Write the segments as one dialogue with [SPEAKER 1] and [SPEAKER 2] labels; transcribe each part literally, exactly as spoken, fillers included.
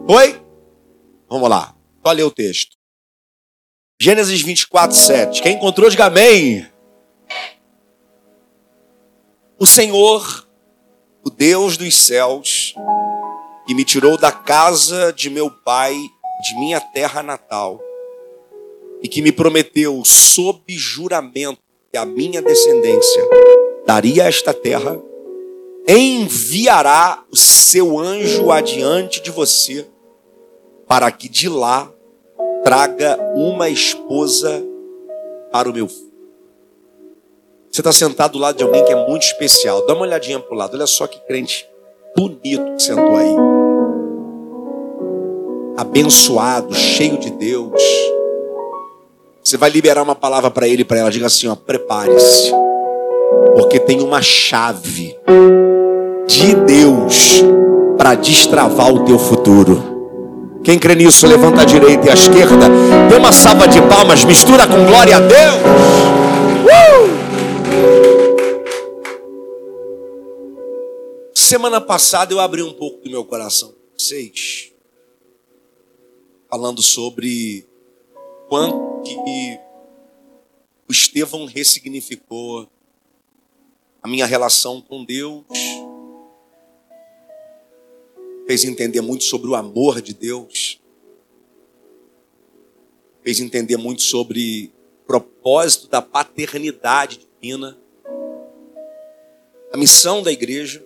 [SPEAKER 1] Foi? Vamos lá. Só ler o texto. Gênesis vinte e quatro, sete. Quem encontrou, diga amém. O Senhor, o Deus dos céus, que me tirou da casa de meu pai, de minha terra natal, e que me prometeu sob juramento que a minha descendência daria esta terra, enviará o seu anjo adiante de você, para que de lá traga uma esposa para o meu filho. Você está sentado do lado de alguém que é muito especial. Dá uma olhadinha para o lado. Olha só que crente bonito que sentou aí. Abençoado, cheio de Deus. Você vai liberar uma palavra para ele e para ela. Diga assim, ó, prepare-se. Porque tem uma chave de Deus para destravar o teu futuro. Quem crê nisso, levanta a direita e a esquerda. Dê uma salva de palmas, mistura com glória a Deus. Uh! Semana passada eu abri um pouco do meu coração com vocês, falando sobre quanto que o Estevão ressignificou a minha relação com Deus, fez entender muito sobre o amor de Deus, fez entender muito sobre o propósito da paternidade divina, a missão da igreja,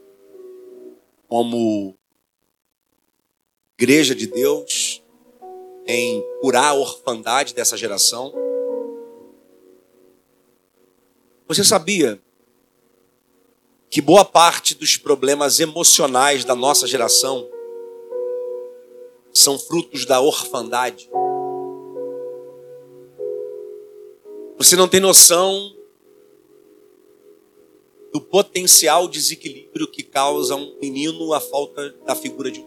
[SPEAKER 1] como igreja de Deus, em curar a orfandade dessa geração. Você sabia que boa parte dos problemas emocionais da nossa geração são frutos da orfandade? Você não tem noção do potencial desequilíbrio que causa um menino a falta da figura de um.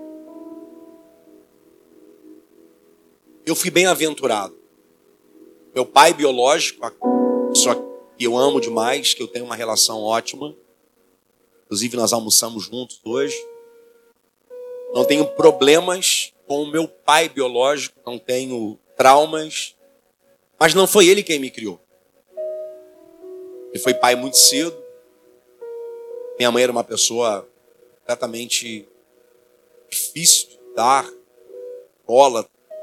[SPEAKER 1] Eu fui bem-aventurado. Meu pai biológico, só que eu amo demais, que eu tenho uma relação ótima. Inclusive nós almoçamos juntos hoje. Não tenho problemas com o meu pai biológico, não tenho traumas. Mas não foi ele quem me criou. Ele foi pai muito cedo. Minha mãe era uma pessoa completamente difícil de dar bola.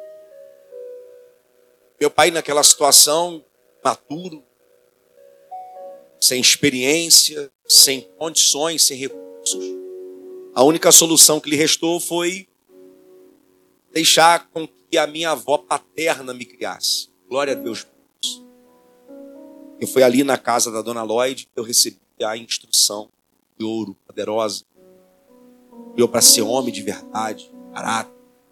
[SPEAKER 1] Meu pai naquela situação, maturo, sem experiência, sem condições, sem recursos. A única solução que lhe restou foi deixar com que a minha avó paterna me criasse. Glória a Deus por isso. E foi ali na casa da dona Lloyd que eu recebi a instrução de ouro, poderosa. Criou para ser homem de verdade, caráter.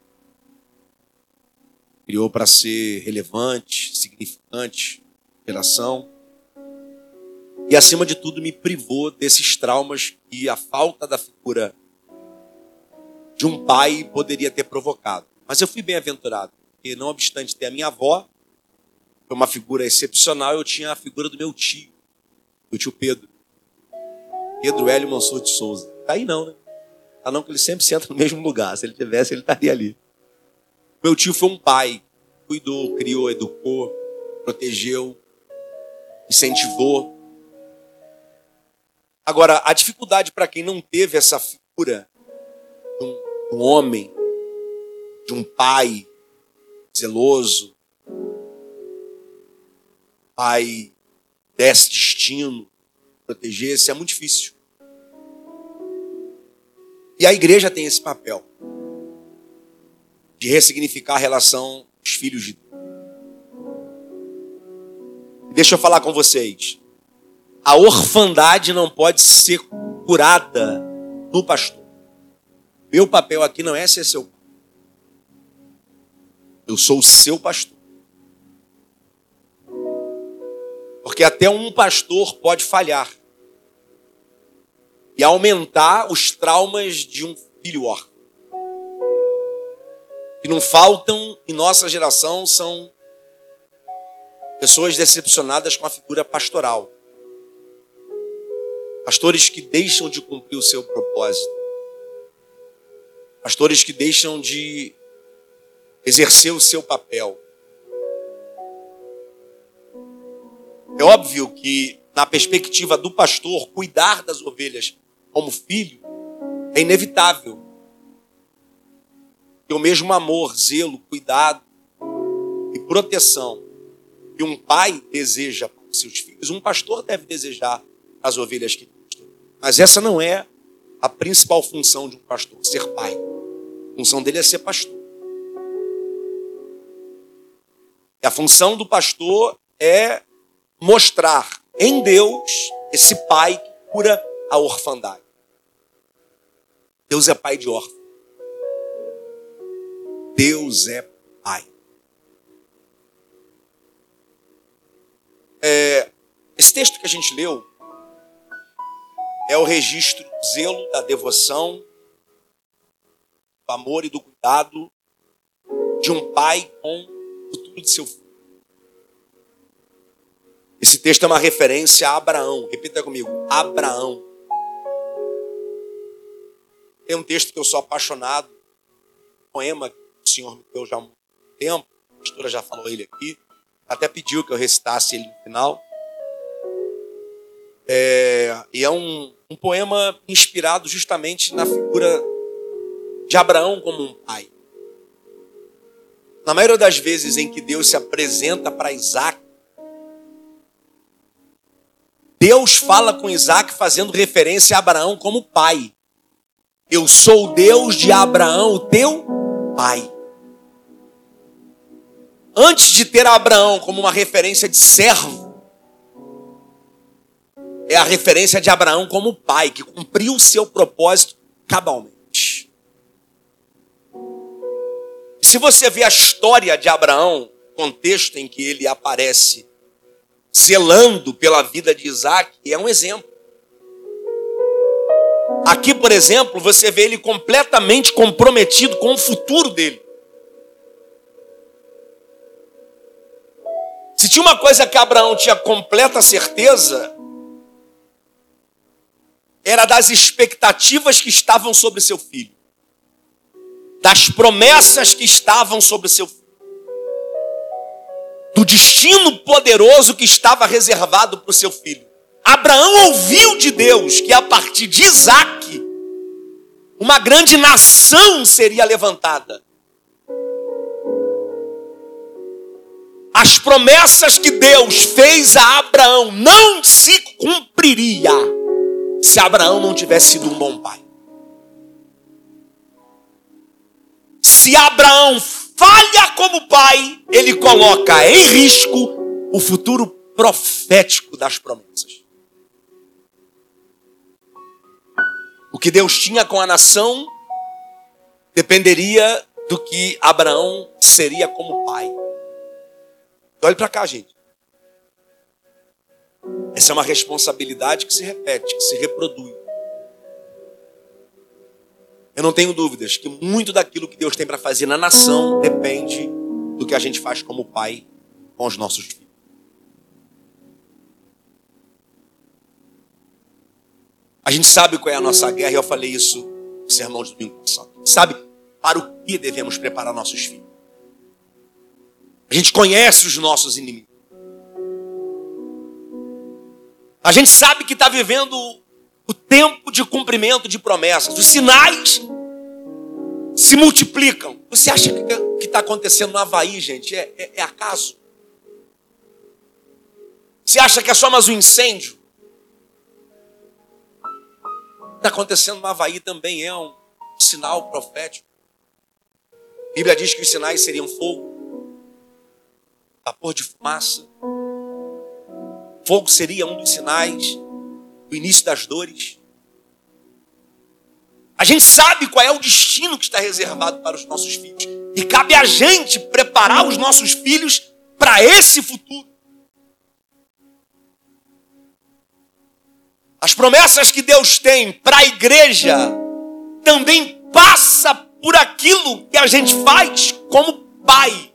[SPEAKER 1] Criou para ser relevante, significante, geração. E acima de tudo me privou desses traumas que a falta da figura de um pai poderia ter provocado. Mas eu fui bem-aventurado, porque não obstante ter a minha avó, foi uma figura excepcional, eu tinha a figura do meu tio, do tio Pedro. Pedro Hélio Mansur de Souza. Tá aí não, né? Tá não, que ele sempre senta no mesmo lugar. Se ele tivesse, ele estaria ali. Meu tio foi um pai. Cuidou, criou, educou, protegeu, incentivou. Agora, a dificuldade para quem não teve essa figura de um, um homem, de um pai zeloso, pai desse destino, protegesse, é muito difícil. E a igreja tem esse papel de ressignificar a relação dos filhos de Deus. Deixa eu falar com vocês. A orfandade não pode ser curada no pastor. Meu papel aqui não é ser seu pai. Eu sou o seu pastor. Porque até um pastor pode falhar e aumentar os traumas de um filho órfão. Que não faltam em nossa geração são pessoas decepcionadas com a figura pastoral. Pastores que deixam de cumprir o seu propósito. Pastores que deixam de exercer o seu papel. É óbvio que, na perspectiva do pastor, cuidar das ovelhas como filho é inevitável. E o mesmo amor, zelo, cuidado e proteção que um pai deseja para os seus filhos, um pastor deve desejar as ovelhas que tem. Mas essa não é a principal função de um pastor, ser pai. A função dele é ser pastor. E a função do pastor é mostrar em Deus esse pai que cura a orfandade. Deus é pai de órfão. Deus é pai. É, esse texto que a gente leu é o registro do zelo, da devoção, do amor e do cuidado de um pai com o futuro de seu filho. Esse texto é uma referência a Abraão. Repita comigo, Abraão. Tem um texto que eu sou apaixonado, um poema que o Senhor me deu já há muito tempo, a pastora já falou ele aqui, até pediu que eu recitasse ele no final. É, e é um, um poema inspirado justamente na figura de Abraão como um pai. Na maioria das vezes em que Deus se apresenta para Isaac, Deus fala com Isaac fazendo referência a Abraão como pai. Eu sou o Deus de Abraão, o teu pai. Antes de ter Abraão como uma referência de servo, é a referência de Abraão como pai, que cumpriu o seu propósito cabalmente. Se você vê a história de Abraão, o contexto em que ele aparece zelando pela vida de Isaac, é um exemplo. Aqui, por exemplo, você vê ele completamente comprometido com o futuro dele. Se tinha uma coisa que Abraão tinha completa certeza, era das expectativas que estavam sobre seu filho, das promessas que estavam sobre seu filho, do destino poderoso que estava reservado para o seu filho. Abraão ouviu de Deus que a partir de Isaac, uma grande nação seria levantada. As promessas que Deus fez a Abraão não se cumpriria se Abraão não tivesse sido um bom pai. Se Abraão falha como pai, ele coloca em risco o futuro profético das promessas. O que Deus tinha com a nação dependeria do que Abraão seria como pai. Olhe para cá, gente. Essa é uma responsabilidade que se repete, que se reproduz. Eu não tenho dúvidas que muito daquilo que Deus tem para fazer na nação depende do que a gente faz como pai com os nossos filhos. A gente sabe qual é a nossa guerra, e eu falei isso no sermão de domingo passado. A gente sabe para o que devemos preparar nossos filhos. A gente conhece os nossos inimigos. A gente sabe que está vivendo o tempo de cumprimento de promessas. Os sinais se multiplicam. Você acha que o que está acontecendo no Havaí, gente, é, é, é acaso? Você acha que é só mais um incêndio? O que está acontecendo no Havaí também é um sinal profético. A Bíblia diz que os sinais seriam fogo, vapor de fumaça. Fogo seria um dos sinais do início das dores. A gente sabe qual é o destino que está reservado para os nossos filhos. E cabe a gente preparar os nossos filhos para esse futuro. As promessas que Deus tem para a igreja também passa por aquilo que a gente faz como pai.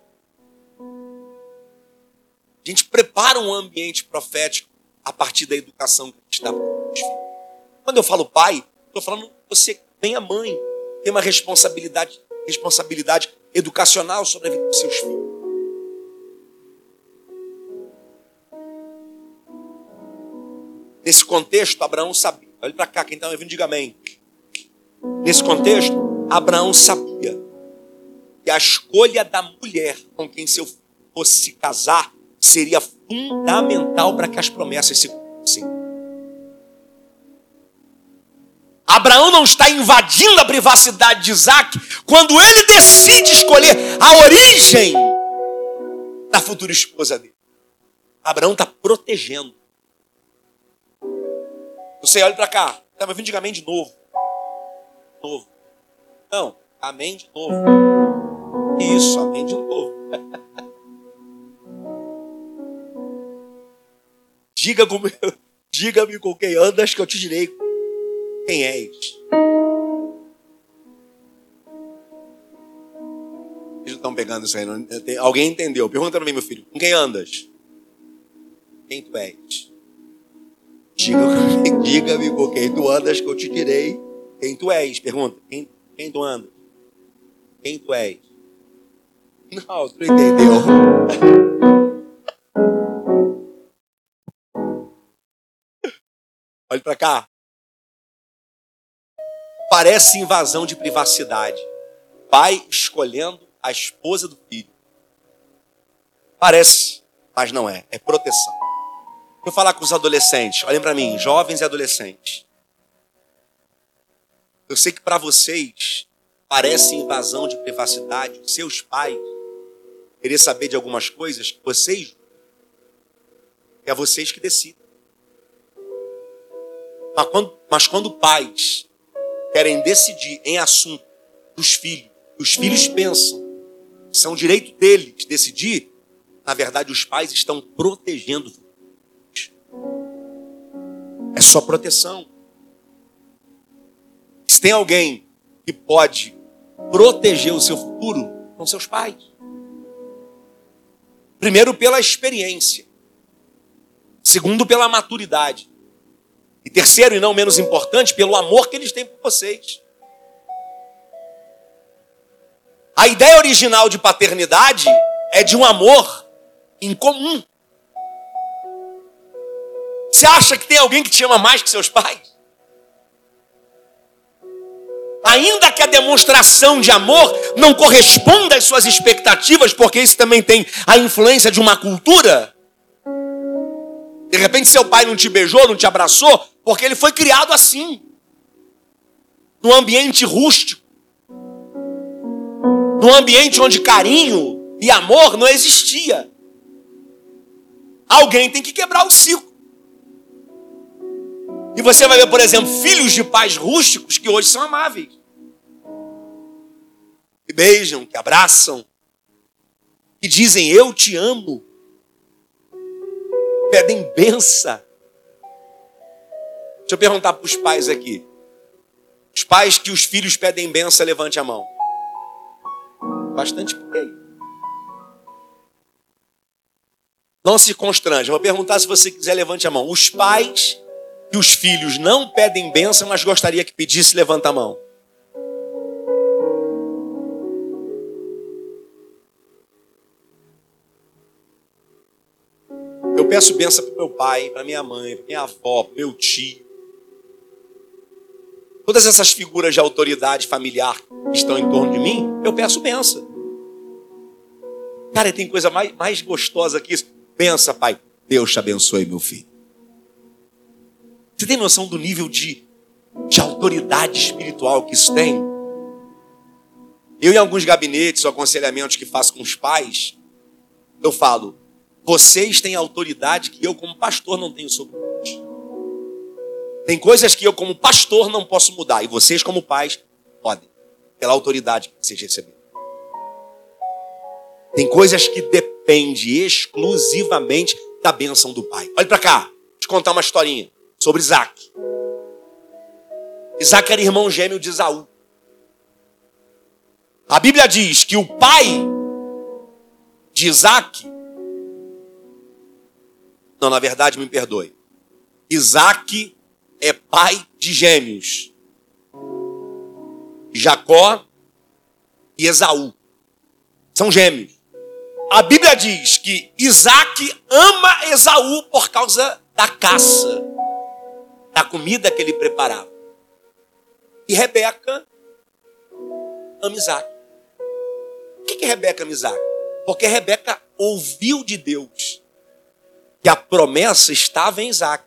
[SPEAKER 1] A gente prepara um ambiente profético a partir da educação que a gente dá para os filhos. Quando eu falo pai, estou falando você que tem a mãe. tem uma responsabilidade, responsabilidade educacional sobre a vida dos seus filhos. Nesse contexto, Abraão sabia. Olha para cá, quem está me ouvindo, diga amém. Nesse contexto, Abraão sabia que a escolha da mulher com quem seu filho fosse se casar seria fundamental para que as promessas se cumprissem. Abraão não está invadindo a privacidade de Isaac quando ele decide escolher a origem da futura esposa dele. Abraão está protegendo. Você olha para cá. Está me ouvindo? Diga amém de novo. De novo. Não, amém de novo. Isso, amém de novo. Diga como eu, diga-me com quem andas que eu te direi quem és. Eles não estão pegando isso aí. Não? Alguém entendeu? Pergunta para mim, meu filho. Com quem andas? Quem tu és? Diga-me diga com quem tu andas que eu te direi quem tu és. Pergunta. Quem, quem tu andas? Quem tu és? Não, tu não entendeu. Olha para cá. Parece invasão de privacidade. Pai escolhendo a esposa do filho. Parece, mas não é. É proteção. Vou falar com os adolescentes. Olhem para mim, jovens e adolescentes. Eu sei que para vocês parece invasão de privacidade. Seus pais querer saber de algumas coisas que vocês, que é vocês que decidem. Mas quando, mas quando pais querem decidir em assunto dos filhos, os filhos pensam que são direito deles decidir, na verdade os pais estão protegendo. É só proteção. Se tem alguém que pode proteger o seu futuro, são seus pais. Primeiro, pela experiência. Segundo, pela maturidade. E terceiro, e não menos importante, pelo amor que eles têm por vocês. A ideia original de paternidade é de um amor em comum. Você acha que tem alguém que te ama mais que seus pais? Ainda que a demonstração de amor não corresponda às suas expectativas, porque isso também tem a influência de uma cultura. De repente seu pai não te beijou, não te abraçou, porque ele foi criado assim. Num ambiente rústico. Num ambiente onde carinho e amor não existia. Alguém tem que quebrar o ciclo. E você vai ver, por exemplo, filhos de pais rústicos que hoje são amáveis. Que beijam, que abraçam. Que dizem, eu te amo. Pedem benção. Deixa eu perguntar para os pais aqui. Os pais que os filhos pedem benção, levante a mão. Bastante peguei. Não se constrange. Vou perguntar, se você quiser, levante a mão. Os pais que os filhos não pedem bênção, mas gostaria que pedisse, levanta a mão. Eu peço bênção para o meu pai, para minha mãe, para minha avó, para meu tio. Todas essas figuras de autoridade familiar que estão em torno de mim, eu peço bênção. Cara, tem coisa mais, mais gostosa que isso. Benção, pai. Deus te abençoe, meu filho. Você tem noção do nível de, de autoridade espiritual que isso tem? Eu, em alguns gabinetes ou aconselhamentos que faço com os pais, eu falo, vocês têm autoridade que eu, como pastor, não tenho sobre eles. Tem coisas que eu, como pastor, não posso mudar. E vocês, como pais, podem. Pela autoridade que vocês receberam. Tem coisas que dependem exclusivamente da bênção do pai. Olha para cá. Deixa eu te contar uma historinha sobre Isaac. Isaac era irmão gêmeo de Esaú. A Bíblia diz que o pai de Isaac... Não, na verdade, me perdoe. Isaac é pai de gêmeos. Jacó e Esaú. São gêmeos. A Bíblia diz que Isaac ama Esaú por causa da caça, da comida que ele preparava. E Rebeca ama Isaac. Por que que Rebeca ama Isaac? Porque Rebeca ouviu de Deus que a promessa estava em Isaac.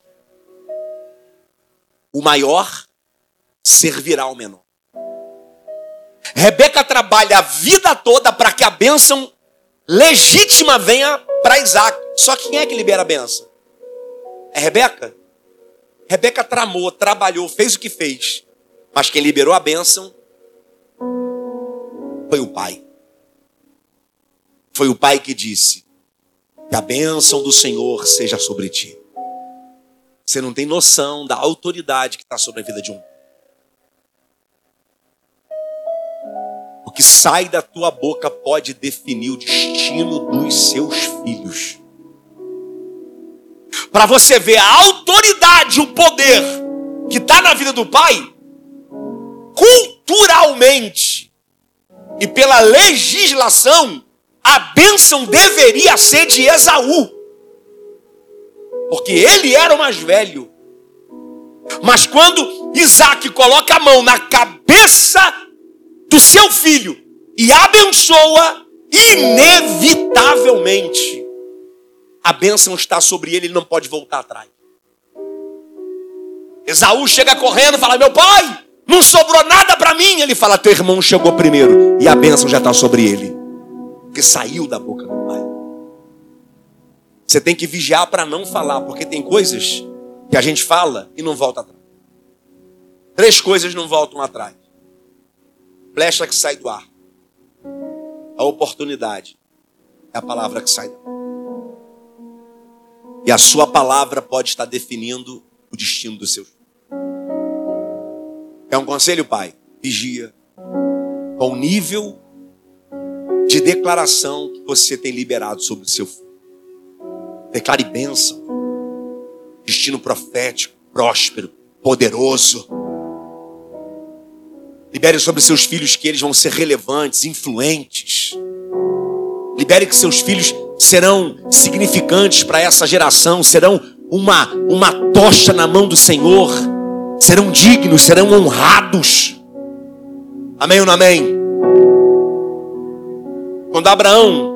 [SPEAKER 1] O maior servirá ao menor. Rebeca trabalha a vida toda para que a bênção legítima venha para Isaac. Só que quem é que libera a bênção? É Rebeca. Rebeca tramou, trabalhou, fez o que fez. Mas quem liberou a bênção foi o pai. Foi o pai que disse: que a bênção do Senhor seja sobre ti. Você não tem noção da autoridade que está sobre a vida de um. O que sai da tua boca pode definir o destino dos seus filhos. Para você ver a autoridade, o poder que está na vida do pai, culturalmente e pela legislação, a bênção deveria ser de Esaú, porque ele era o mais velho. Mas quando Isaac coloca a mão na cabeça do seu filho e abençoa, inevitavelmente a bênção está sobre ele, ele não pode voltar atrás. Esaú chega correndo e fala: meu pai, não sobrou nada para mim. Ele fala: teu irmão chegou primeiro, e a bênção já está sobre ele, porque saiu da boca do pai. Você tem que vigiar para não falar, porque tem coisas que a gente fala e não volta atrás. Três coisas não voltam atrás: flecha que sai do ar, a oportunidade é a palavra que sai do ar. E a sua palavra pode estar definindo o destino dos seus filhos. É um conselho, pai? Vigia com o nível de declaração que você tem liberado sobre o seu filho. Declare bênção, destino profético, próspero, poderoso. Libere sobre seus filhos que eles vão ser relevantes, influentes. Libere que seus filhos serão significantes para essa geração, serão uma, uma tocha na mão do Senhor, serão dignos, serão honrados. Amém ou não amém? Quando Abraão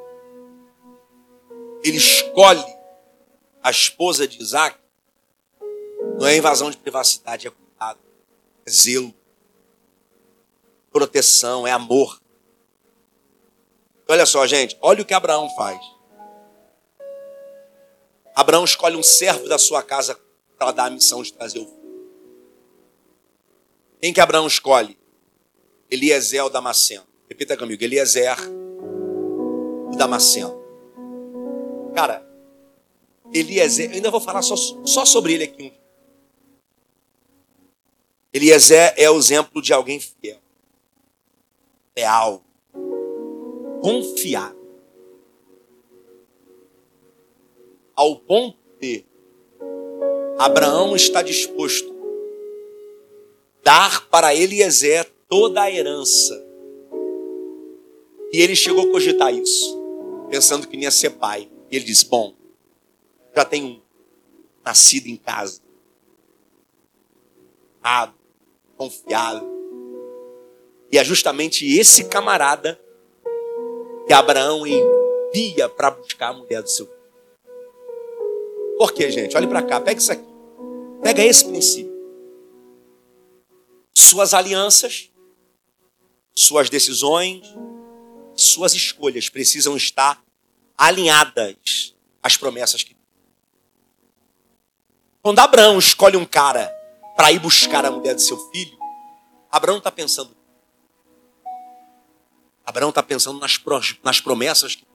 [SPEAKER 1] ele escolhe a esposa de Isaac, não é invasão de privacidade, é cuidado, é zelo, proteção, é amor. Olha só, gente, olha o que Abraão faz. Abraão escolhe um servo da sua casa para dar a missão de trazer o filho. Quem que Abraão escolhe? Eliezer o Damasceno. Repita comigo: Eliezer o Damasceno. Cara, Eliezer, eu ainda vou falar só, só sobre ele aqui. Eliezer é o exemplo de alguém fiel, leal, confiável, ao ponto de Abraão está disposto a dar para Eliezer toda a herança. E ele chegou a cogitar isso, pensando que não ia ser pai. E ele disse: bom, já tem um nascido em casa, amado, confiável. E é justamente esse camarada que Abraão envia para buscar a mulher do seu filho. Por quê, gente? Olhe para cá, pega isso aqui. Pega esse princípio. Suas alianças, suas decisões, suas escolhas precisam estar alinhadas às promessas que... Quando Abraão escolhe um cara para ir buscar a mulher do seu filho, Abraão está pensando... Abraão está pensando nas, pro... nas promessas que...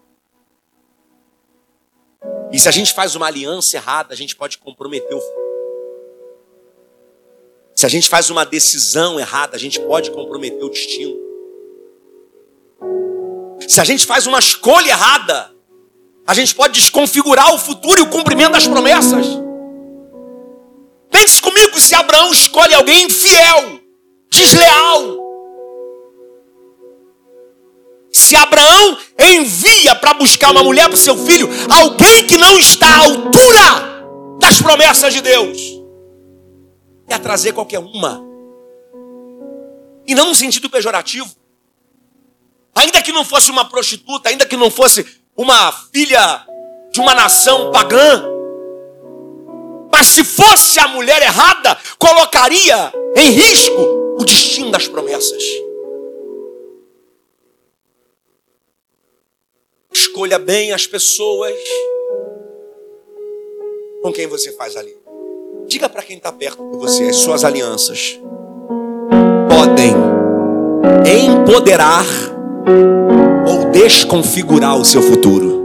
[SPEAKER 1] E se a gente faz uma aliança errada, a gente pode comprometer o filho. Se a gente faz uma decisão errada, a gente pode comprometer o destino. Se a gente faz uma escolha errada, a gente pode desconfigurar o futuro e o cumprimento das promessas. Pense comigo, se Abraão escolhe alguém infiel, desleal, Se Abraão envia para buscar uma mulher para o seu filho, alguém que não está à altura das promessas de Deus, é trazer qualquer uma. E não no sentido pejorativo. Ainda que não fosse uma prostituta, ainda que não fosse uma filha de uma nação pagã, mas se fosse a mulher errada, colocaria em risco o destino das promessas. Escolha bem as pessoas com quem você faz aliança. Diga para quem está perto de você, as suas alianças podem empoderar ou desconfigurar o seu futuro.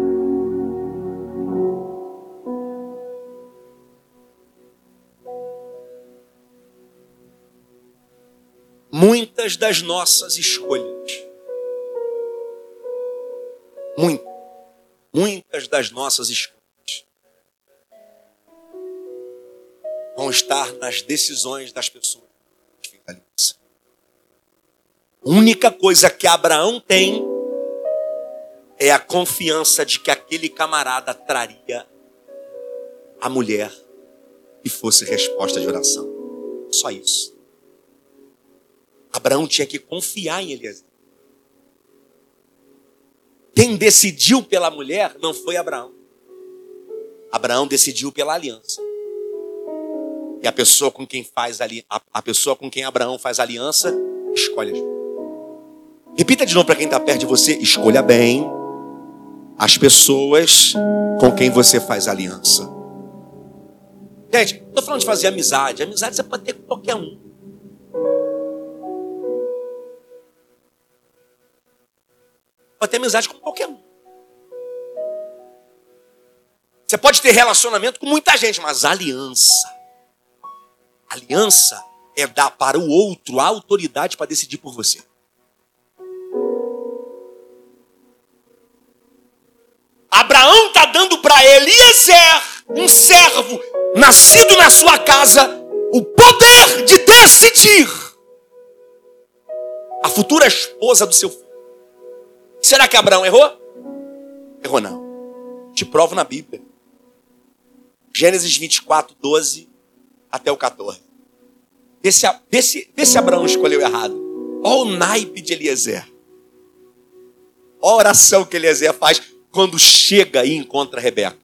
[SPEAKER 1] Muitas das nossas escolhas, muitas, muitas das nossas escolhas vão estar nas decisões das pessoas que ficam ali. A única coisa que Abraão tem é a confiança de que aquele camarada traria a mulher e fosse resposta de oração. Só isso. Abraão tinha que confiar em Eliezer. Quem decidiu pela mulher não foi Abraão. Abraão decidiu pela aliança. E a pessoa com quem faz ali, a, a pessoa com quem Abraão faz aliança, escolhe as pessoas. Repita de novo para quem está perto de você. Escolha bem as pessoas com quem você faz aliança. Gente, não estou falando de fazer amizade. Amizade você pode ter com qualquer um. Pode ter amizade com qualquer um. Você pode ter relacionamento com muita gente, mas aliança. Aliança é dar para o outro a autoridade para decidir por você. Abraão está dando para Eliezer, um servo nascido na sua casa, o poder de decidir a futura esposa do seu filho. Será que Abraão errou? Errou não. Te provo na Bíblia. Gênesis vinte e quatro, doze até o quatorze. Vê se, vê se, vê se Abraão escolheu errado. Olha o naipe de Eliezer. Olha a oração que Eliezer faz quando chega e encontra Rebeca.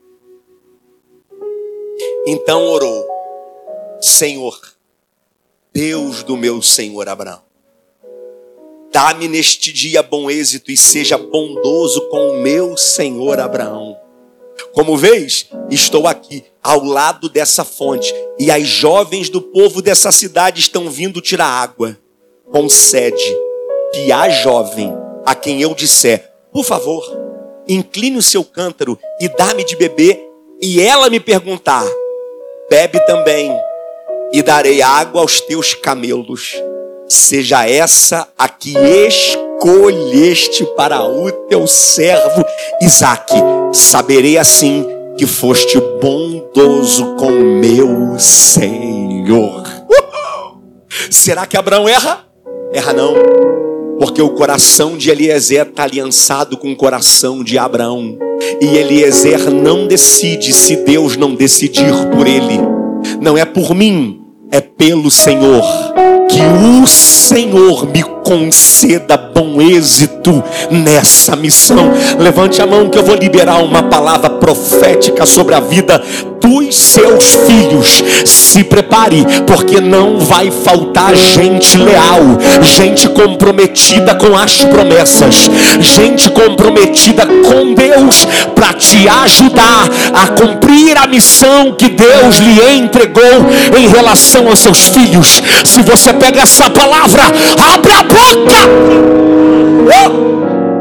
[SPEAKER 1] Então orou: Senhor, Deus do meu senhor Abraão, dá-me neste dia bom êxito e seja bondoso com o meu senhor Abraão. Como vês, estou aqui ao lado dessa fonte e as jovens do povo dessa cidade estão vindo tirar água. Concede que a jovem a quem eu disser, por favor, incline o seu cântaro e dá-me de beber, e ela me perguntar, bebe também, e darei água aos teus camelos. Seja essa a que escolheste para o teu servo Isaque. Saberei assim que foste bondoso com meu Senhor. Uhul! Será que Abraão erra? Erra não. Porque o coração de Eliezer está aliançado com o coração de Abraão. E Eliezer não decide se Deus não decidir por ele. Não é por mim, é pelo Senhor. Que o Senhor me conceda bom êxito nessa missão. Levante a mão que eu vou liberar uma palavra profética sobre a vida dos seus filhos. Se prepare, porque não vai faltar gente leal, gente comprometida com as promessas, gente comprometida com Deus para te ajudar a cumprir a missão que Deus lhe entregou em relação aos seus filhos. Se você pega essa palavra, abre a boca. Oh!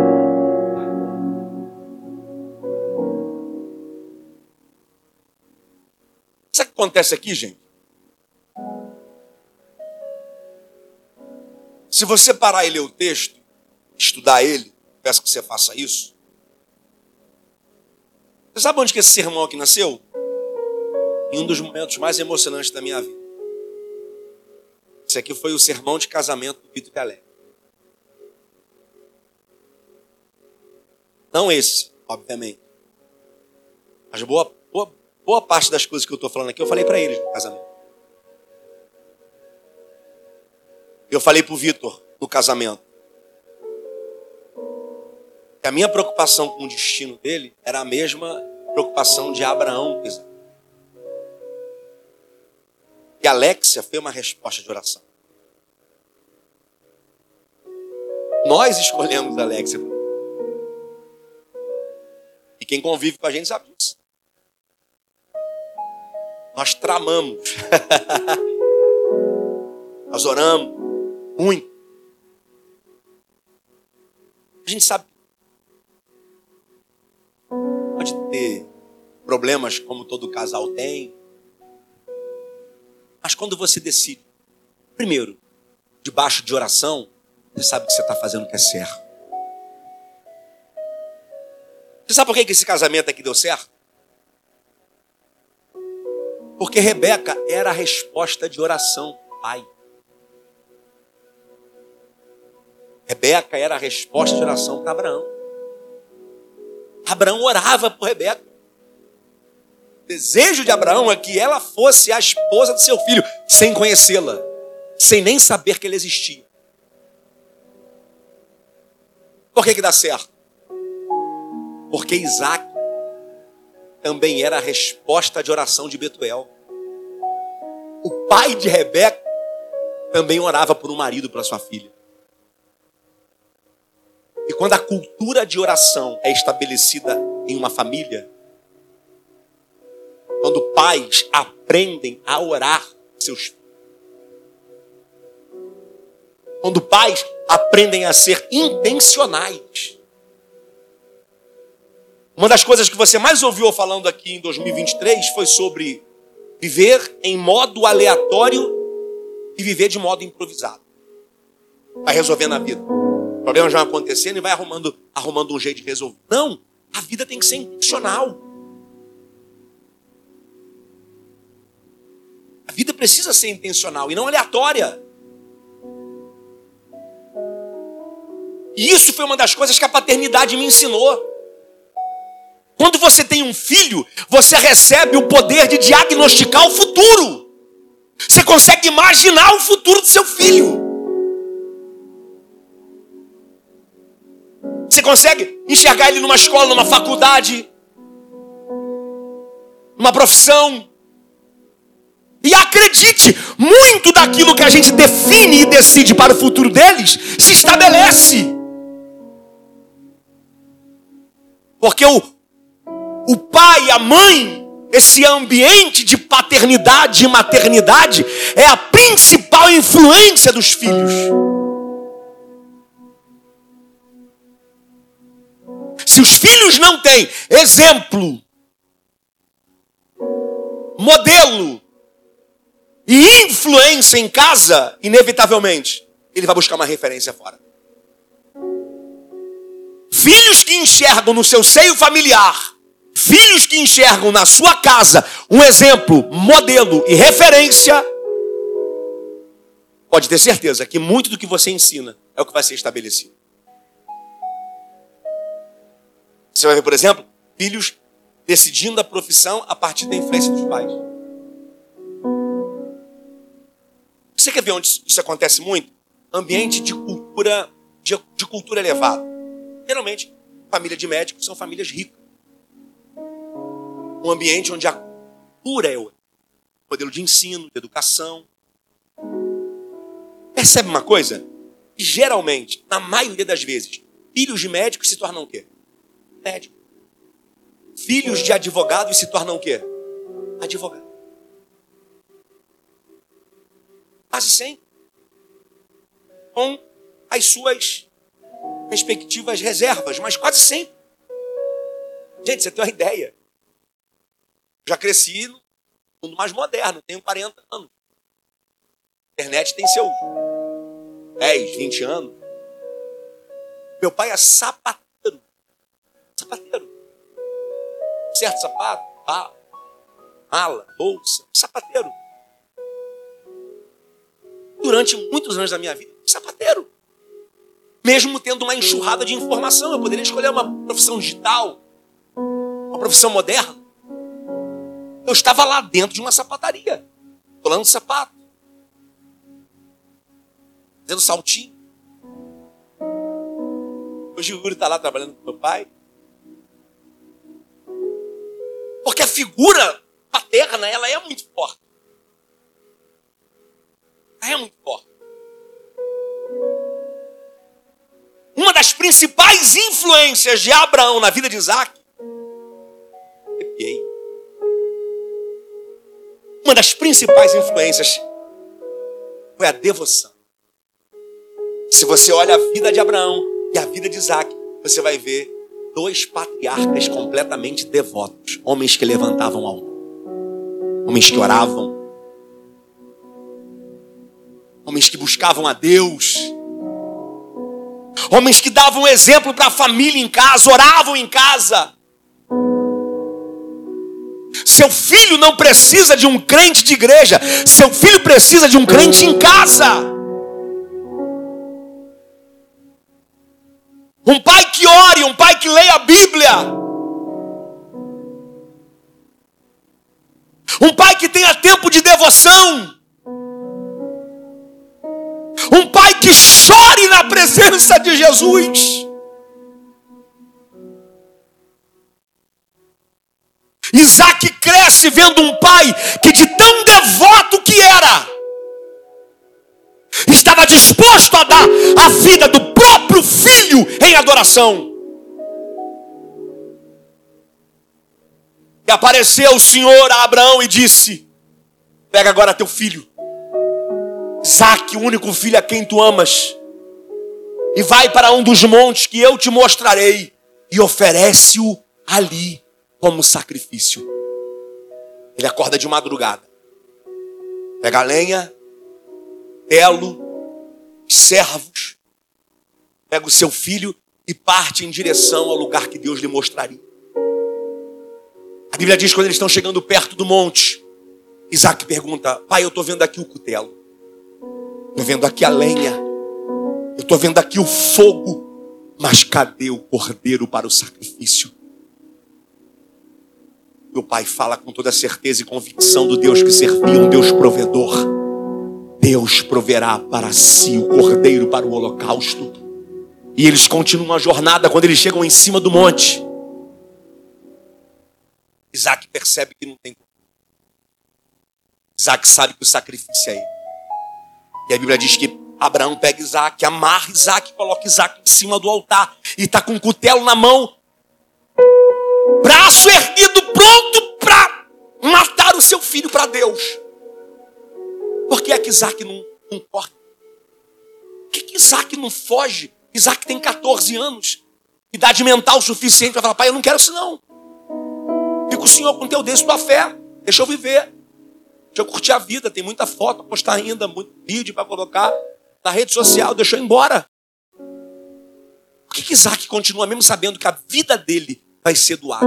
[SPEAKER 1] Sabe o que acontece aqui, gente? Se você parar e ler o texto, estudar ele, peço que você faça isso. Você sabe onde que esse sermão aqui nasceu? Em um dos momentos mais emocionantes da minha vida. Esse aqui foi o sermão de casamento do Vitor Calé. Não esse, obviamente. Mas boa, boa, boa parte das coisas que eu estou falando aqui, eu falei para eles no casamento. Eu falei para o Vitor no casamento. Que a minha preocupação com o destino dele era a mesma preocupação de Abraão com Isaac. E Alexia foi uma resposta de oração. Nós escolhemos a Alexia. E quem convive com a gente sabe disso. Nós tramamos. Nós oramos muito. A gente sabe que pode ter problemas como todo casal tem. Mas quando você decide, primeiro, debaixo de oração, você sabe que você está fazendo o que é certo. Você sabe por que esse casamento aqui deu certo? Porque Rebeca era a resposta de oração do pai. Rebeca era a resposta de oração para Abraão. Abraão orava por Rebeca. O desejo de Abraão é que ela fosse a esposa do seu filho, sem conhecê-la, sem nem saber que ele existia. Por que que dá certo? Porque Isaac também era a resposta de oração de Betuel. O pai de Rebeca também orava por um marido para sua filha. E quando a cultura de oração é estabelecida em uma família, quando pais aprendem a orar seus filhos, quando pais aprendem a ser intencionais. Uma das coisas que você mais ouviu falando aqui em dois mil e vinte e três foi sobre viver em modo aleatório e viver de modo improvisado. Vai resolvendo a vida. O problema já vai acontecendo e vai arrumando, arrumando um jeito de resolver. Não, a vida tem que ser intencional. A vida precisa ser intencional e não aleatória. E isso foi uma das coisas que a paternidade me ensinou. Quando você tem um filho, você recebe o poder de diagnosticar o futuro. Você consegue imaginar o futuro do seu filho. Você consegue enxergar ele numa escola, numa faculdade, numa profissão. E acredite, muito daquilo que a gente define e decide para o futuro deles se estabelece. Porque o, o pai, a mãe, esse ambiente de paternidade e maternidade é a principal influência dos filhos. Se os filhos não têm exemplo, modelo e influência em casa, inevitavelmente, ele vai buscar uma referência fora. Filhos que enxergam no seu seio familiar, filhos que enxergam na sua casa um exemplo, modelo e referência, pode ter certeza que muito do que você ensina é o que vai ser estabelecido. Você vai ver, por exemplo, filhos decidindo a profissão a partir da influência dos pais. Você quer ver onde isso acontece muito? Ambiente de cultura, de, de cultura elevada. Geralmente, família de médicos são famílias ricas. Um ambiente onde a cultura é o modelo de ensino, de educação. Percebe uma coisa? Que geralmente, na maioria das vezes, filhos de médicos se tornam o quê? Médico. Filhos de advogados se tornam o quê? Advogado. Quase sempre. Com as suas respectivas reservas, mas quase sempre. Gente, você tem uma ideia. Já cresci no mundo mais moderno, tenho quarenta anos. A internet tem seus dez, vinte anos. Meu pai é sapateiro. Sapateiro. Certo sapato, pá, mala, bolsa, sapateiro. Durante muitos anos da minha vida, sapateiro. mesmo tendo uma enxurrada de informação. Eu poderia escolher uma profissão digital, uma profissão moderna. Eu estava lá dentro de uma sapataria, colando sapato, fazendo saltinho. Hoje o Yuri está lá trabalhando com meu pai. Porque a figura paterna, ela é muito forte. Ela é muito forte. Uma das principais influências de Abraão na vida de Isaac, arrepiei. Uma das principais influências foi a devoção. Se você olha a vida de Abraão e a vida de Isaac, você vai ver dois patriarcas completamente devotos. Homens que levantavam altar. Homens que oravam. Homens que buscavam a Deus. Homens que davam exemplo para a família em casa, oravam em casa. Seu filho não precisa de um crente de igreja. Seu filho precisa de um crente em casa. Um pai que ore, um pai que leia a Bíblia. Um pai que tenha tempo de devoção. Um pai que chore na presença de Jesus. Isaac cresce vendo um pai que de tão devoto que era, estava disposto a dar a vida do próprio filho em adoração. E apareceu o Senhor a Abraão e disse: pega agora teu filho, Isaac, o único filho a quem tu amas, e vai para um dos montes que eu te mostrarei, e oferece-o ali como sacrifício. Ele acorda de madrugada, pega a lenha, telo, servos, pega o seu filho e parte em direção ao lugar que Deus lhe mostraria. A Bíblia diz que quando eles estão chegando perto do monte, Isaac pergunta: pai, eu estou vendo aqui o cutelo, estou vendo aqui a lenha, eu estou vendo aqui o fogo, mas cadê o cordeiro para o sacrifício? Meu pai fala com toda certeza e convicção do Deus que servia, um Deus provedor. Deus proverá para si o cordeiro para o holocausto. E eles continuam a jornada. Quando eles chegam em cima do monte, Isaac percebe que não tem como. Isaac sabe que o sacrifício é ele. E a Bíblia diz que Abraão pega Isaac, amarra Isaac, coloca Isaac em cima do altar e está com um cutelo na mão, braço erguido, pronto para matar o seu filho para Deus. Por que é que Isaac não, não corre? Por que, que Isaac não foge? Isaac tem catorze anos, idade mental suficiente para falar: pai, eu não quero isso não. Fica o Senhor com teu Deus, tua fé. Deixa eu viver. Deixa eu curtir a vida. Tem muita foto para postar ainda, muito vídeo para colocar na rede social. Deixa eu ir embora. Por que, que Isaac continua mesmo sabendo que a vida dele vai ser doada?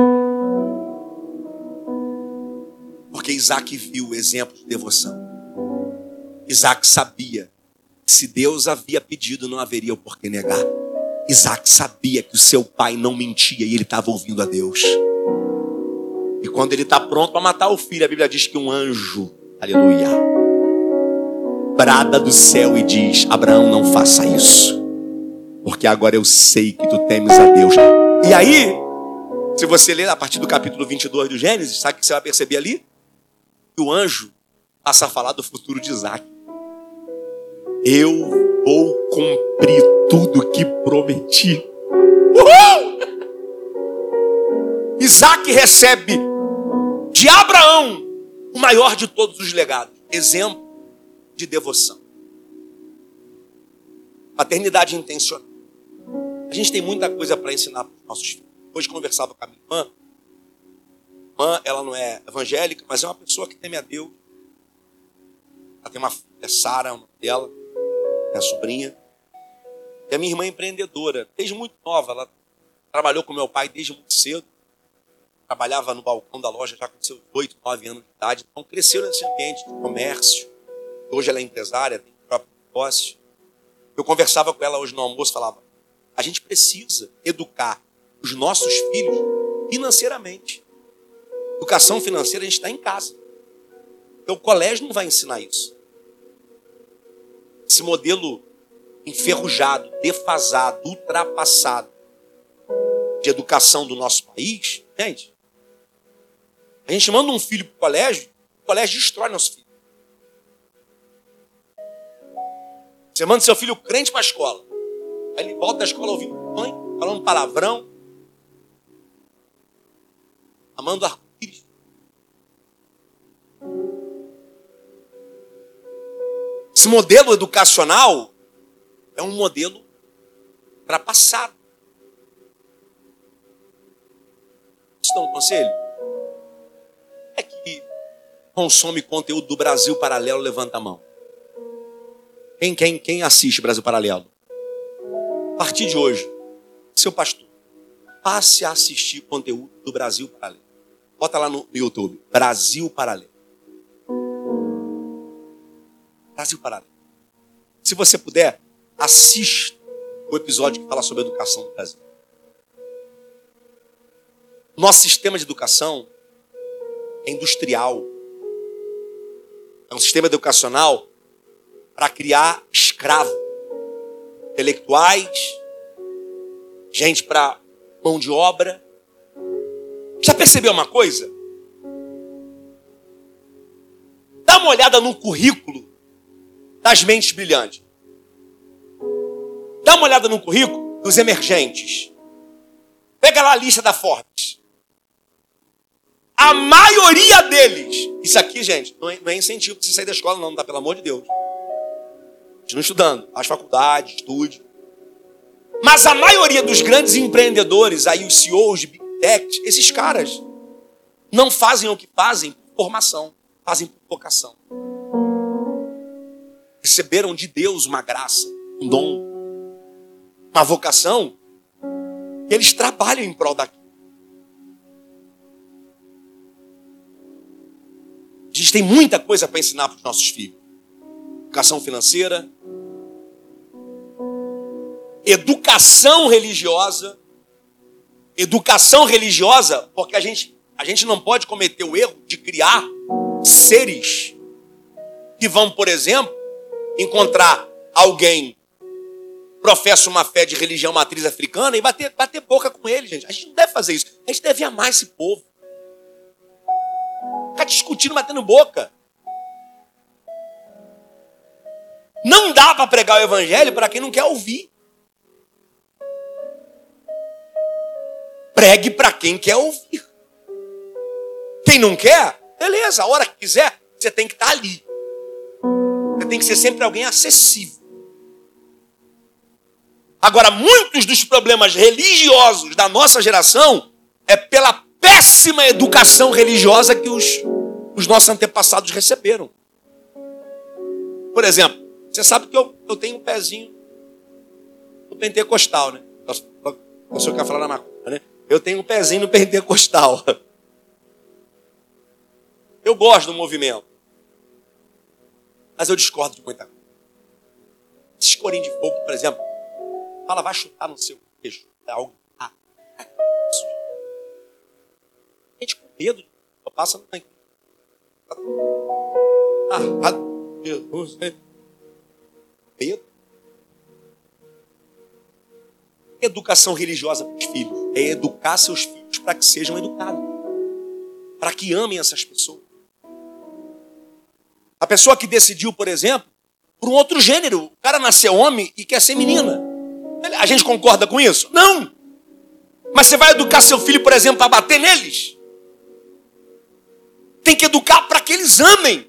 [SPEAKER 1] Porque Isaac viu o exemplo de devoção. Isaac sabia que se Deus havia pedido, não haveria o porquê negar. Isaac sabia que o seu pai não mentia e ele estava ouvindo a Deus. E quando ele está pronto para matar o filho, a Bíblia diz que um anjo, aleluia, brada do céu e diz: Abraão, não faça isso, porque agora eu sei que tu temes a Deus. E aí, se você ler a partir do capítulo vinte e dois do Gênesis, sabe o que você vai perceber ali? Que o anjo passa a falar do futuro de Isaac. Eu vou cumprir tudo que prometi. Uhul! Isaac recebe de Abraão o maior de todos os legados. Exemplo de devoção. Paternidade intencional. A gente tem muita coisa para ensinar para os nossos filhos. Hoje conversava com a minha irmã. A irmã, ela não é evangélica, mas é uma pessoa que teme a Deus. Ela tem uma filha, Sara, é o nome dela. Minha sobrinha. E a minha irmã é empreendedora. Desde muito nova, ela trabalhou com meu pai desde muito cedo. Trabalhava no balcão da loja já com seus oito, nove anos de idade. Então cresceu nesse ambiente de comércio. Hoje ela é empresária, tem o próprio negócio. Eu conversava com ela hoje no almoço, falava: a gente precisa educar os nossos filhos financeiramente. Educação financeira a gente está em casa. Então, o colégio não vai ensinar isso. Esse modelo enferrujado, defasado, ultrapassado de educação do nosso país, gente, a gente manda um filho para o colégio, o colégio destrói nosso filho. Você manda seu filho crente para a escola. Aí ele volta da escola ouvindo mãe, falando palavrão, amando arco-íris. Esse modelo educacional é um modelo ultrapassado. Isso dá um conselho? É que consome conteúdo do Brasil Paralelo, levanta a mão. Quem, quem, quem assiste Brasil Paralelo? A partir de hoje, seu pastor, passe a assistir conteúdo do Brasil Paralelo. Bota lá no YouTube, Brasil Paralelo. Brasil Paralelo. Se você puder, assista o episódio que fala sobre a educação do Brasil. Nosso sistema de educação é industrial. É um sistema educacional para criar escravo. Intelectuais, gente para mão de obra. Já percebeu uma coisa? Dá uma olhada no currículo das mentes brilhantes. Dá uma olhada no currículo dos emergentes. Pega lá a lista da Forbes. A maioria deles, isso aqui, gente, não é, não é incentivo para você sair da escola, não, tá? Pelo amor de Deus. Continue estudando, faz faculdade, estude. Mas a maioria dos grandes empreendedores, aí os C E Os de Big Tech, esses caras não fazem o que fazem por formação, fazem por vocação. Receberam de Deus uma graça, um dom, uma vocação, e eles trabalham em prol daquilo. A gente tem muita coisa para ensinar para os nossos filhos. Educação financeira, educação religiosa, educação religiosa, porque a gente, a gente não pode cometer o erro de criar seres que vão, por exemplo, encontrar alguém que professa uma fé de religião matriz africana e bater, bater boca com ele, gente. A gente não deve fazer isso. A gente deve amar esse povo. Ficar discutindo, batendo boca. Não dá para pregar o evangelho para quem não quer ouvir. Pregue para quem quer ouvir. Quem não quer, beleza, a hora que quiser, você tem que estar ali. Você tem que ser sempre alguém acessível. Agora, muitos dos problemas religiosos da nossa geração é pela péssima educação religiosa que os, os nossos antepassados receberam. Por exemplo, você sabe que eu, eu tenho um pezinho no pentecostal, né? O senhor quer falar na macumba, né? Eu tenho um pezinho no pentecostal. Eu gosto do movimento. Mas eu discordo de muita coisa. Esses corinhos de fogo, por exemplo, fala, vai chutar no seu queijo. É algo. Ah, gente com medo. Passa no tanque. Ah, Deus. Medo. Educação religiosa para os filhos é educar seus filhos para que sejam educados, para que amem essas pessoas. A pessoa que decidiu, por exemplo, por um outro gênero, o cara nasceu homem e quer ser menina. A gente concorda com isso? Não. Mas você vai educar seu filho, por exemplo, para bater neles? Tem que educar para que eles amem.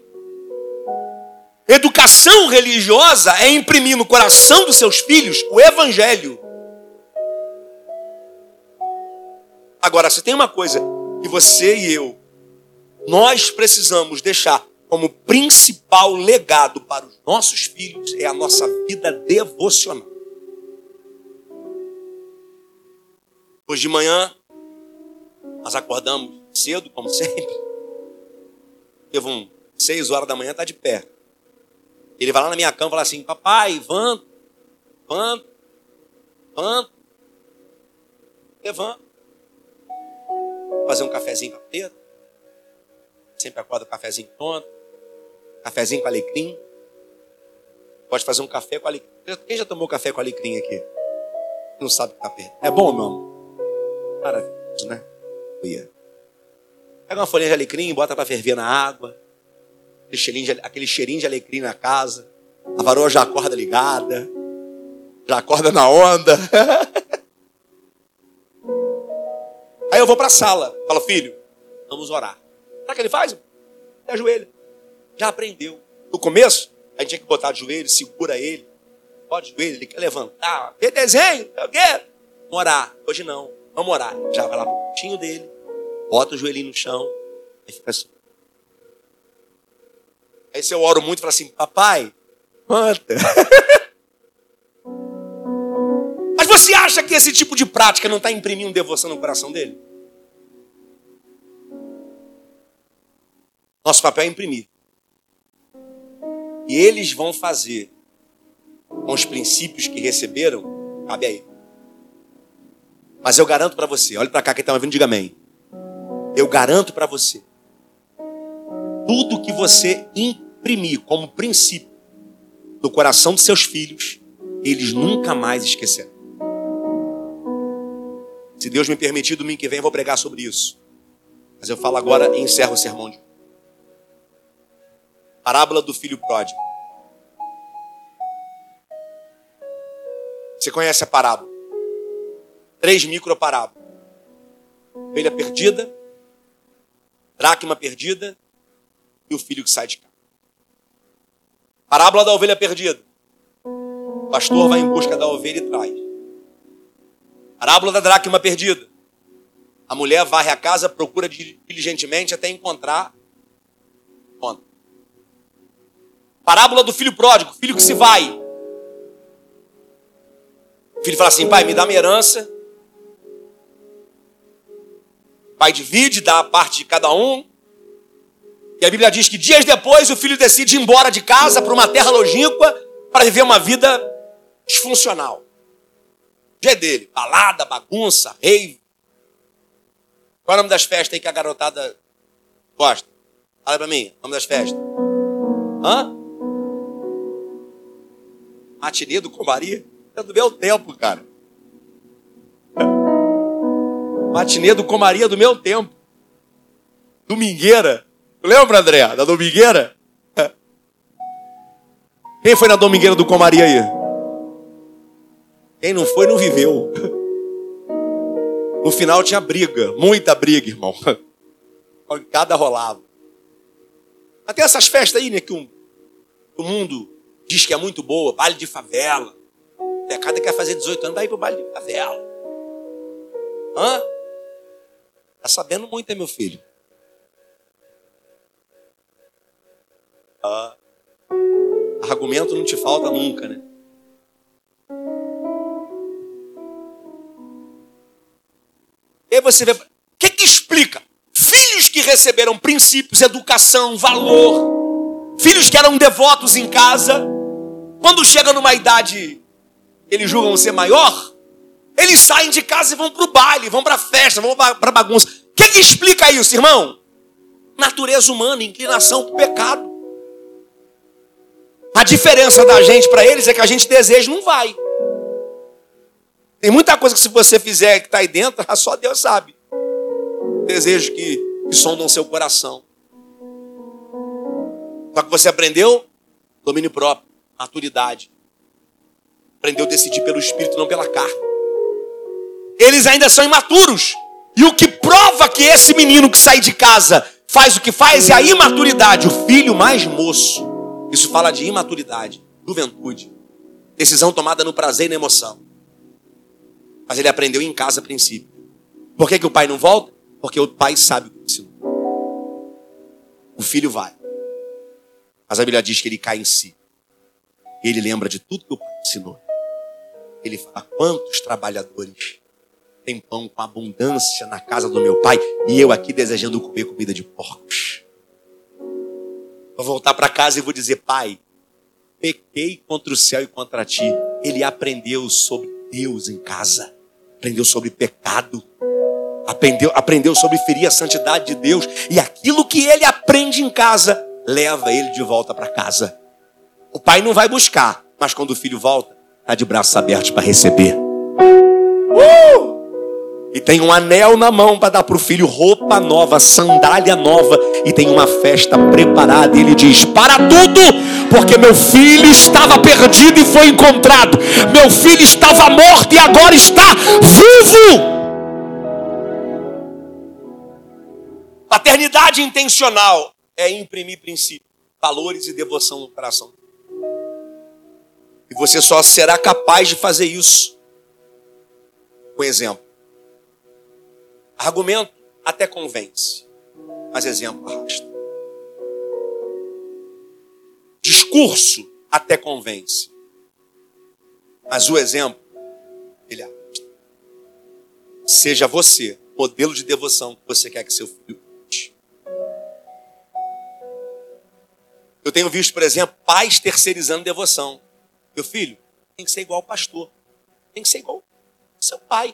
[SPEAKER 1] Educação religiosa é imprimir no coração dos seus filhos o evangelho. Agora, se tem uma coisa que você e eu, nós precisamos deixar como principal legado para os nossos filhos, é a nossa vida devocional. Hoje de manhã, nós acordamos cedo, como sempre. Teve um seis horas da manhã, está de pé. Ele vai lá na minha cama e fala assim, papai, levanta, levanta, levanta. Levanta. Fazer um cafezinho para preto. Sempre acorda o cafezinho pronto. Cafezinho com alecrim. Pode fazer um café com alecrim. Quem já tomou café com alecrim aqui? Não sabe o que tá perto. É bom, meu amor? Maravilhoso, né? Pega uma folhinha de alecrim, bota para ferver na água. Aquele cheirinho, de, aquele cheirinho de alecrim na casa. A varoa já acorda ligada. Já acorda na onda. Aí eu vou para a sala. Falo, filho, vamos orar. Sabe o que ele faz? Ele ajoelha. Já aprendeu. No começo, a gente tinha que botar de joelho, segura ele. Pode joelho, ele quer levantar. Vê desenho, eu quero. Vamos orar. Hoje não. Vamos orar. Já vai lá pro cantinho dele. Bota o joelhinho no chão. Aí fica assim. Aí se eu oro muito, falo assim, papai, quanta. Mas você acha que esse tipo de prática não está imprimindo devoção no coração dele? Nosso papel é imprimir. E eles vão fazer com os princípios que receberam, cabe a ele. Mas eu garanto para você, olha para cá quem está me ouvindo, diga amém. Eu garanto para você, tudo que você imprimir como princípio no coração dos seus filhos, eles nunca mais esquecerão. Se Deus me permitir, domingo que vem eu vou pregar sobre isso. Mas eu falo agora e encerro o sermão de hoje. Parábola do filho pródigo. Você conhece a parábola? Três microparábolas. Ovelha perdida, dracma perdida e o filho que sai de casa. Parábola da ovelha perdida. O pastor vai em busca da ovelha e traz. Parábola da dracma perdida. A mulher varre a casa, procura diligentemente até encontrar. Conta. Parábola do filho pródigo, filho que se vai. O filho fala assim, pai, me dá minha herança. Pai divide, dá a parte de cada um. E a Bíblia diz que dias depois o filho decide ir embora de casa para uma terra longínqua para viver uma vida disfuncional. O dia é dele, balada, bagunça, rave. Qual é o nome das festas aí que a garotada gosta? Fala para mim, o nome das festas. Hã? Matinê do Comaria? É do meu tempo, cara. Matinê do Comaria do meu tempo. Domingueira. Lembra, André? Da Domingueira? Quem foi na Domingueira do Comaria aí? Quem não foi, não viveu. No final tinha briga. Muita briga, irmão. Cada rolava. Até essas festas aí, né? Que um, o mundo diz que é muito boa. Baile de favela. É, cada quer fazer dezoito anos, vai ir pro baile de favela. Hã? Tá sabendo muito, hein, meu filho? Ah, argumento não te falta nunca, né? E aí você vê, o que que explica? Filhos que receberam princípios, educação, valor, filhos que eram devotos em casa, quando chegam numa idade, eles julgam ser maior, eles saem de casa e vão para o baile, vão para a festa, vão para a bagunça. O que que explica isso, irmão? Natureza humana, inclinação para o pecado. A diferença da gente para eles é que a gente deseja e não vai. Tem muita coisa que se você fizer que está aí dentro, só Deus sabe. Desejo que, que sondam seu coração. Só que você aprendeu domínio próprio, maturidade. Aprendeu a decidir pelo Espírito, não pela carne. Eles ainda são imaturos. E o que prova que esse menino que sai de casa faz o que faz é a imaturidade. O filho mais moço. Isso fala de imaturidade, juventude. Decisão tomada no prazer e na emoção. Mas ele aprendeu em casa a princípio. Por que que o pai não volta? Porque o pai sabe o que ensinou. O filho vai. Mas a Bíblia diz que ele cai em si. E ele lembra de tudo que o pai ensinou. Ele fala, quantos trabalhadores têm pão com abundância na casa do meu pai e eu aqui desejando comer comida de porcos. Vou voltar para casa e vou dizer, pai, pequei contra o céu e contra ti. Ele aprendeu sobre Deus em casa. aprendeu sobre pecado, aprendeu, aprendeu sobre ferir a santidade de Deus. E aquilo que ele aprende em casa, leva ele de volta para casa. O pai não vai buscar, mas quando o filho volta, está de braços abertos para receber. Uh! E tem um anel na mão para dar para o filho, roupa nova, sandália nova, e tem uma festa preparada. E ele diz: para tudo, porque meu filho estava perdido e foi encontrado. Meu filho estava morto e agora está vivo. Paternidade intencional é imprimir princípios, valores e devoção no coração. E você só será capaz de fazer isso com exemplo. Argumento até convence, mas exemplo arrasta. Discurso até convence, mas o exemplo, ele arrasta. Seja você modelo de devoção que você quer que seu filho cuide. Eu tenho visto, por exemplo, pais terceirizando devoção. Meu filho tem que ser igual ao pastor, tem que ser igual ao seu pai.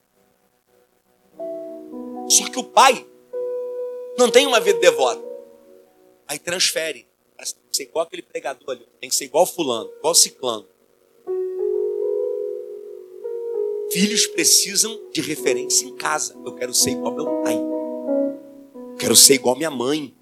[SPEAKER 1] Só que o pai não tem uma vida devota. Aí transfere. Parece que tem que ser igual aquele pregador ali. Tem que ser igual fulano, igual ciclano. Filhos precisam de referência em casa. Eu quero ser igual meu pai. Eu quero ser igual minha mãe.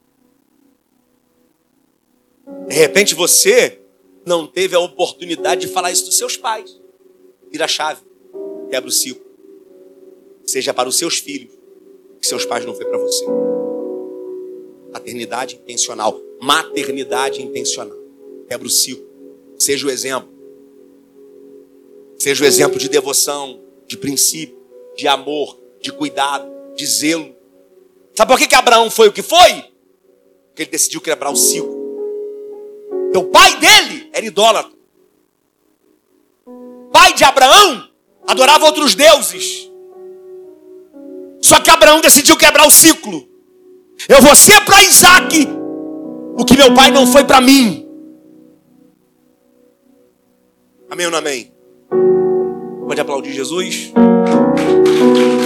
[SPEAKER 1] De repente você não teve a oportunidade de falar isso dos seus pais. Vira a chave. Quebra o ciclo. Seja para os seus filhos que seus pais não foi para você. Paternidade intencional, maternidade intencional. Quebra o ciclo. Seja o exemplo. Seja o exemplo de devoção, de princípio, de amor, de cuidado, de zelo. Sabe por que que Abraão foi o que foi? Porque ele decidiu quebrar o ciclo. O pai dele era idólatra. O pai de Abraão adorava outros deuses. Só que Abraão decidiu quebrar o ciclo. Eu vou ser para Isaac o que meu pai não foi para mim. Amém ou não amém? Pode aplaudir Jesus?